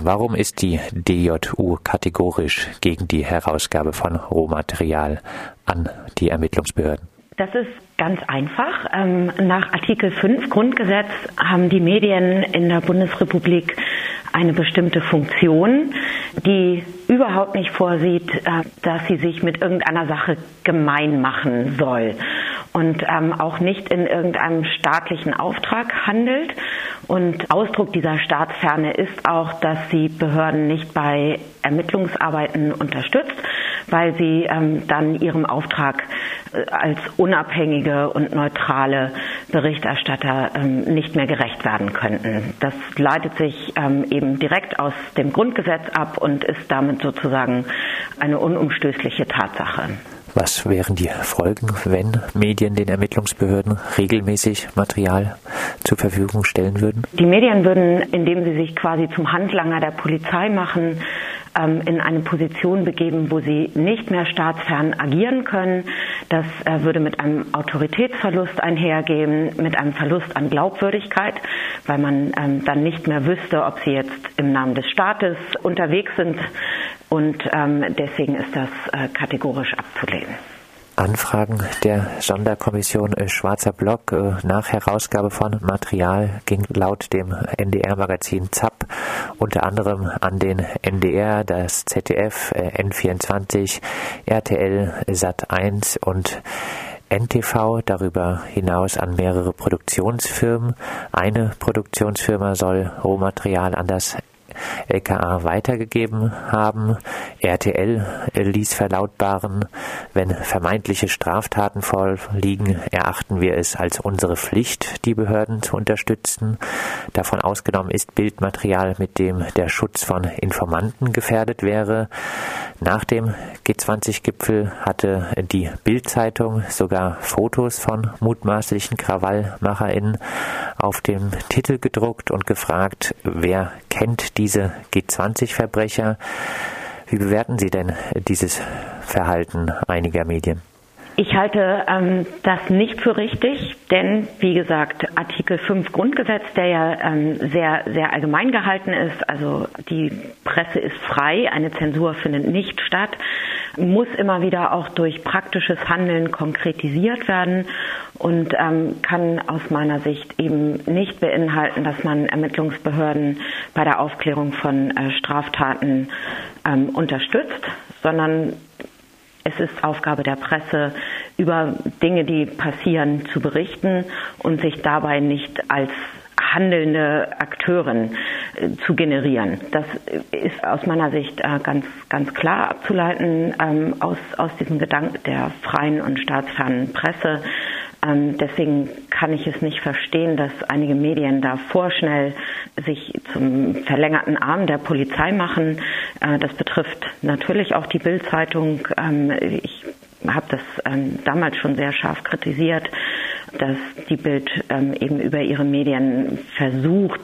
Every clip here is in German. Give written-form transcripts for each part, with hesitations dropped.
Warum ist die DJU kategorisch gegen die Herausgabe von Rohmaterial an die Ermittlungsbehörden? Das ist ganz einfach. Nach Artikel 5 Grundgesetz haben die Medien in der Bundesrepublik eine bestimmte Funktion, die überhaupt nicht vorsieht, dass sie sich mit irgendeiner Sache gemein machen soll und auch nicht in irgendeinem staatlichen Auftrag handelt. Und Ausdruck dieser Staatsferne ist auch, dass sie Behörden nicht bei Ermittlungsarbeiten unterstützt, weil sie dann ihrem Auftrag als unabhängige und neutrale Berichterstatter nicht mehr gerecht werden könnten. Das leitet sich eben direkt aus dem Grundgesetz ab und ist damit sozusagen eine unumstößliche Tatsache. Was wären die Folgen, wenn Medien den Ermittlungsbehörden regelmäßig Material zur Verfügung stellen würden? Die Medien würden, indem sie sich quasi zum Handlanger der Polizei machen, in eine Position begeben, wo sie nicht mehr staatsfern agieren können. Das würde mit einem Autoritätsverlust einhergehen, mit einem Verlust an Glaubwürdigkeit, weil man dann nicht mehr wüsste, ob sie jetzt im Namen des Staates unterwegs sind. Und deswegen ist das kategorisch abzulehnen. Anfragen der Sonderkommission Schwarzer Block nach Herausgabe von Material ging laut dem NDR-Magazin ZAP unter anderem an den NDR, das ZDF, N24, RTL, Sat.1 und NTV, darüber hinaus an mehrere Produktionsfirmen. Eine Produktionsfirma soll Rohmaterial an das LKA weitergegeben haben. RTL ließ verlautbaren, wenn vermeintliche Straftaten vorliegen, erachten wir es als unsere Pflicht, die Behörden zu unterstützen. Davon ausgenommen ist Bildmaterial, mit dem der Schutz von Informanten gefährdet wäre. Nach dem G20-Gipfel hatte die Bild-Zeitung sogar Fotos von mutmaßlichen KrawallmacherInnen auf dem Titel gedruckt und gefragt, wer kennt diese G20-Verbrecher? Wie bewerten Sie denn dieses Verhalten einiger Medien? Ich halte das nicht für richtig, denn wie gesagt, Artikel 5 Grundgesetz, der ja sehr, sehr allgemein gehalten ist, also die Presse ist frei, eine Zensur findet nicht statt, muss immer wieder auch durch praktisches Handeln konkretisiert werden und kann aus meiner Sicht eben nicht beinhalten, dass man Ermittlungsbehörden bei der Aufklärung von Straftaten unterstützt, sondern es ist Aufgabe der Presse, über Dinge, die passieren, zu berichten und sich dabei nicht als handelnde Akteurin zu generieren. Das ist aus meiner Sicht ganz, ganz klar abzuleiten aus diesem Gedanken der freien und staatsfernen Presse. Deswegen kann ich es nicht verstehen, dass einige Medien da vorschnell sich zum verlängerten Arm der Polizei machen. Das betrifft natürlich auch die Bild-Zeitung. Ich habe das damals schon sehr scharf kritisiert, dass die Bild eben über ihre Medien versucht,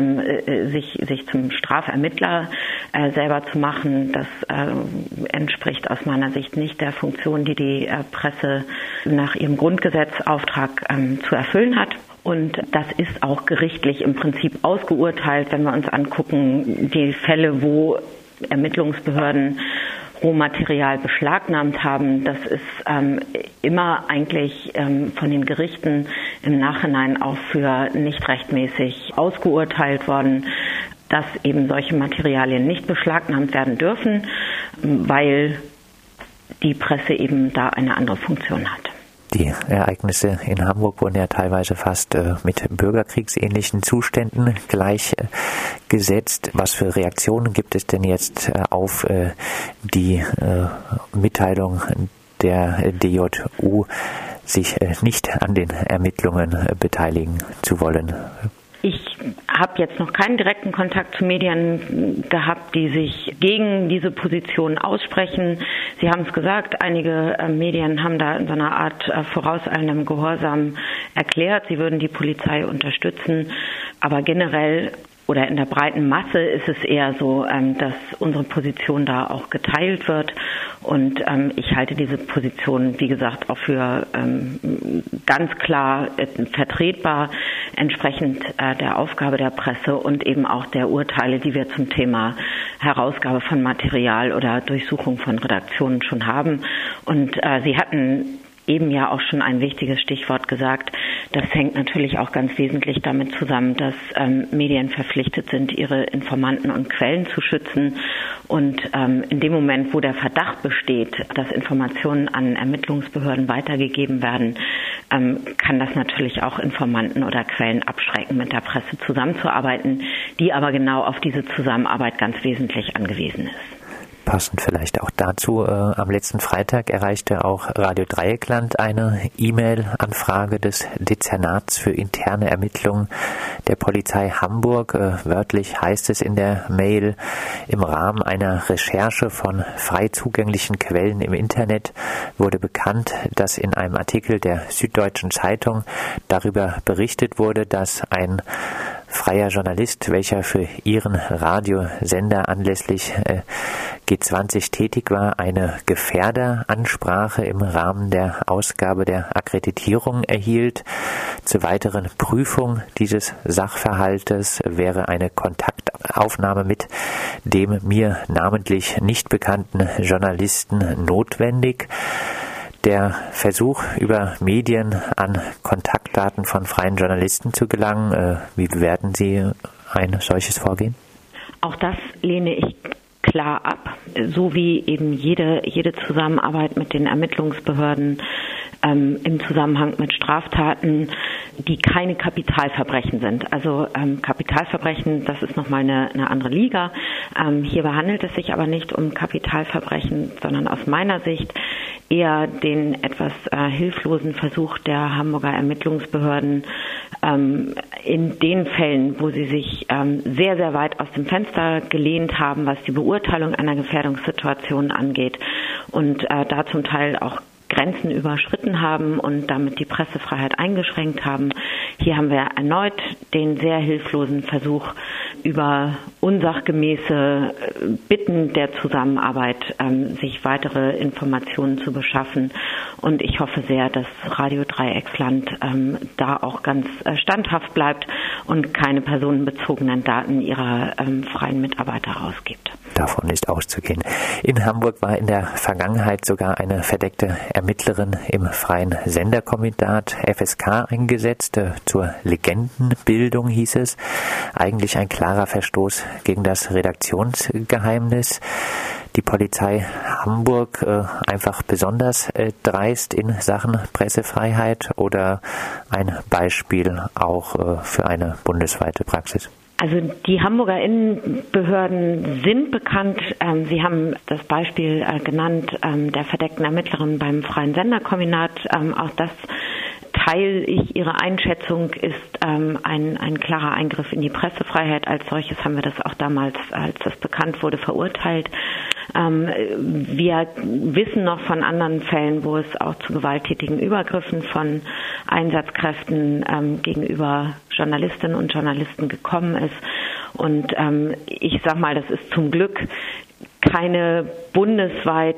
sich zum Strafermittler selber zu machen. Das entspricht aus meiner Sicht nicht der Funktion, die die Presse nach ihrem Grundgesetzauftrag zu erfüllen hat. Und das ist auch gerichtlich im Prinzip ausgeurteilt, wenn wir uns angucken, die Fälle, wo Ermittlungsbehörden Rohmaterial beschlagnahmt haben. Das ist immer eigentlich von den Gerichten im Nachhinein auch für nicht rechtmäßig ausgeurteilt worden, dass eben solche Materialien nicht beschlagnahmt werden dürfen, weil die Presse eben da eine andere Funktion hat. Die Ereignisse in Hamburg wurden ja teilweise fast mit bürgerkriegsähnlichen Zuständen gleichgesetzt. Was für Reaktionen gibt es denn jetzt auf die Mitteilung der DJU, sich nicht an den Ermittlungen beteiligen zu wollen? Ich habe jetzt noch keinen direkten Kontakt zu Medien gehabt, die sich gegen diese Position aussprechen. Sie haben es gesagt, einige Medien haben da in so einer Art vorauseilendem Gehorsam erklärt, sie würden die Polizei unterstützen. Aber generell oder in der breiten Masse ist es eher so, dass unsere Position da auch geteilt wird. Und ich halte diese Position, wie gesagt, auch für ganz klar vertretbar, entsprechend der Aufgabe der Presse und eben auch der Urteile, die wir zum Thema Herausgabe von Material oder Durchsuchung von Redaktionen schon haben. Und Sie hatten eben ja auch schon ein wichtiges Stichwort gesagt. Das hängt natürlich auch ganz wesentlich damit zusammen, dass Medien verpflichtet sind, ihre Informanten und Quellen zu schützen. Und in dem Moment, wo der Verdacht besteht, dass Informationen an Ermittlungsbehörden weitergegeben werden, kann das natürlich auch Informanten oder Quellen abschrecken, mit der Presse zusammenzuarbeiten, die aber genau auf diese Zusammenarbeit ganz wesentlich angewiesen ist. Passend vielleicht auch dazu, am letzten Freitag erreichte auch Radio Dreieckland eine E-Mail-Anfrage des Dezernats für interne Ermittlungen der Polizei Hamburg. Wörtlich heißt es in der Mail: Im Rahmen einer Recherche von frei zugänglichen Quellen im Internet wurde bekannt, dass in einem Artikel der Süddeutschen Zeitung darüber berichtet wurde, dass ein freier Journalist, welcher für ihren Radiosender anlässlich G20 tätig war, eine Gefährderansprache im Rahmen der Ausgabe der Akkreditierung erhielt. Zur weiteren Prüfung dieses Sachverhaltes wäre eine Kontaktaufnahme mit dem mir namentlich nicht bekannten Journalisten notwendig. Der Versuch, über Medien an Kontaktdaten von freien Journalisten zu gelangen, wie bewerten Sie ein solches Vorgehen? Auch das lehne ich klar ab, so wie eben jede Zusammenarbeit mit den Ermittlungsbehörden im Zusammenhang mit Straftaten, die keine Kapitalverbrechen sind. Also Kapitalverbrechen, das ist nochmal eine andere Liga. Hierbei handelt es sich aber nicht um Kapitalverbrechen, sondern aus meiner Sicht eher den etwas hilflosen Versuch der Hamburger Ermittlungsbehörden, in den Fällen, wo sie sich sehr, sehr weit aus dem Fenster gelehnt haben, was die Beurteilung einer Gefährdungssituation angeht und da zum Teil auch Grenzen überschritten haben und damit die Pressefreiheit eingeschränkt haben. Hier haben wir erneut den sehr hilflosen Versuch, über unsachgemäße Bitten der Zusammenarbeit sich weitere Informationen zu beschaffen. Und ich hoffe sehr, dass Radio Dreiecksland da auch ganz standhaft bleibt und keine personenbezogenen Daten ihrer freien Mitarbeiter rausgibt. Davon ist auszugehen. In Hamburg war in der Vergangenheit sogar eine verdeckte Ermittlerin im freien Senderkomitat FSK eingesetzt. Zur Legendenbildung hieß es. Eigentlich ein klarer Verstoß gegen das Redaktionsgeheimnis. Die Polizei Hamburg einfach besonders dreist in Sachen Pressefreiheit oder ein Beispiel auch für eine bundesweite Praxis? Also die Hamburger Innenbehörden sind bekannt. Sie haben das Beispiel genannt der verdeckten Ermittlerin beim freien Senderkombinat. Auch das teile ich Ihre Einschätzung, ist ein klarer Eingriff in die Pressefreiheit. Als solches haben wir das auch damals, als das bekannt wurde, verurteilt. Wir wissen noch von anderen Fällen, wo es auch zu gewalttätigen Übergriffen von Einsatzkräften gegenüber Journalistinnen und Journalisten gekommen ist. Und ich sag mal, das ist zum Glück keine bundesweit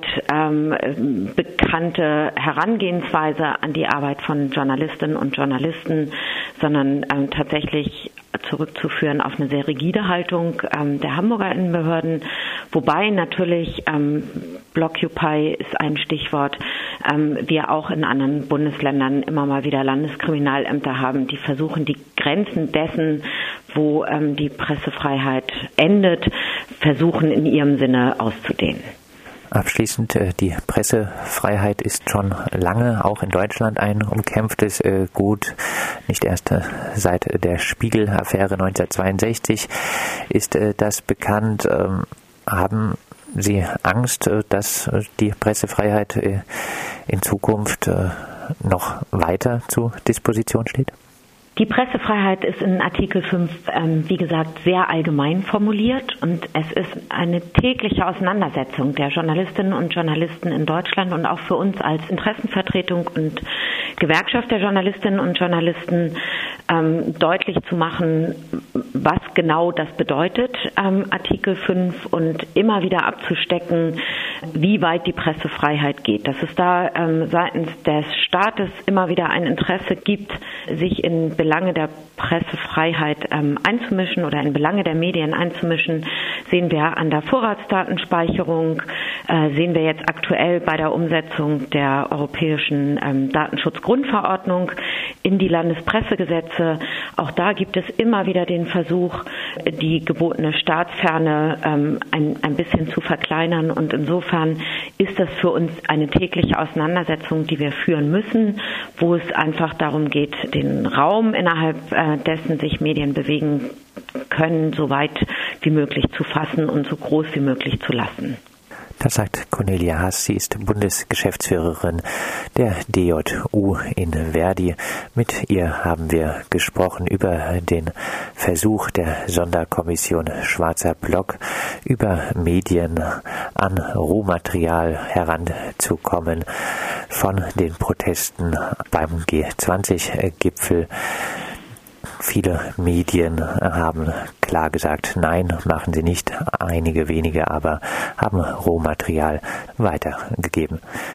bekannte Herangehensweise an die Arbeit von Journalistinnen und Journalisten, sondern tatsächlich zurückzuführen auf eine sehr rigide Haltung der Hamburger Innenbehörden, wobei natürlich Blockupy ist ein Stichwort, wir auch in anderen Bundesländern immer mal wieder Landeskriminalämter haben, die versuchen, die Grenzen dessen, wo die Pressefreiheit endet, versuchen in ihrem Sinne auszudehnen. Abschließend, die Pressefreiheit ist schon lange auch in Deutschland ein umkämpftes Gut. Nicht erst seit der Spiegel-Affäre 1962 ist das bekannt. Haben Sie Angst, dass die Pressefreiheit in Zukunft noch weiter zur Disposition steht? Die Pressefreiheit ist in Artikel 5, wie gesagt, sehr allgemein formuliert und es ist eine tägliche Auseinandersetzung der Journalistinnen und Journalisten in Deutschland und auch für uns als Interessenvertretung und Gewerkschaft der Journalistinnen und Journalisten deutlich zu machen, was genau das bedeutet, Artikel 5, und immer wieder abzustecken, wie weit die Pressefreiheit geht. Dass es da seitens des Staates immer wieder ein Interesse gibt, sich in Belange der Pressefreiheit einzumischen oder in Belange der Medien einzumischen, sehen wir an der Vorratsdatenspeicherung, sehen wir jetzt aktuell bei der Umsetzung der europäischen Datenschutzgrundverordnung in die Landespressegesetze. Auch da gibt es immer wieder den Versuch, die gebotene Staatsferne ein bisschen zu verkleinern, und insofern ist das für uns eine tägliche Auseinandersetzung, die wir führen müssen, wo es einfach darum geht, den Raum, innerhalb dessen sich Medien bewegen können, so weit wie möglich zu fassen und so groß wie möglich zu lassen. Das sagt Cornelia Haas. Sie ist Bundesgeschäftsführerin der DJU in Verdi. Mit ihr haben wir gesprochen über den Versuch der Sonderkommission Schwarzer Block, über Medien an Rohmaterial heranzukommen von den Protesten beim G20-Gipfel. Viele Medien haben klar gesagt, nein, machen sie nicht. Einige wenige aber haben Rohmaterial weitergegeben.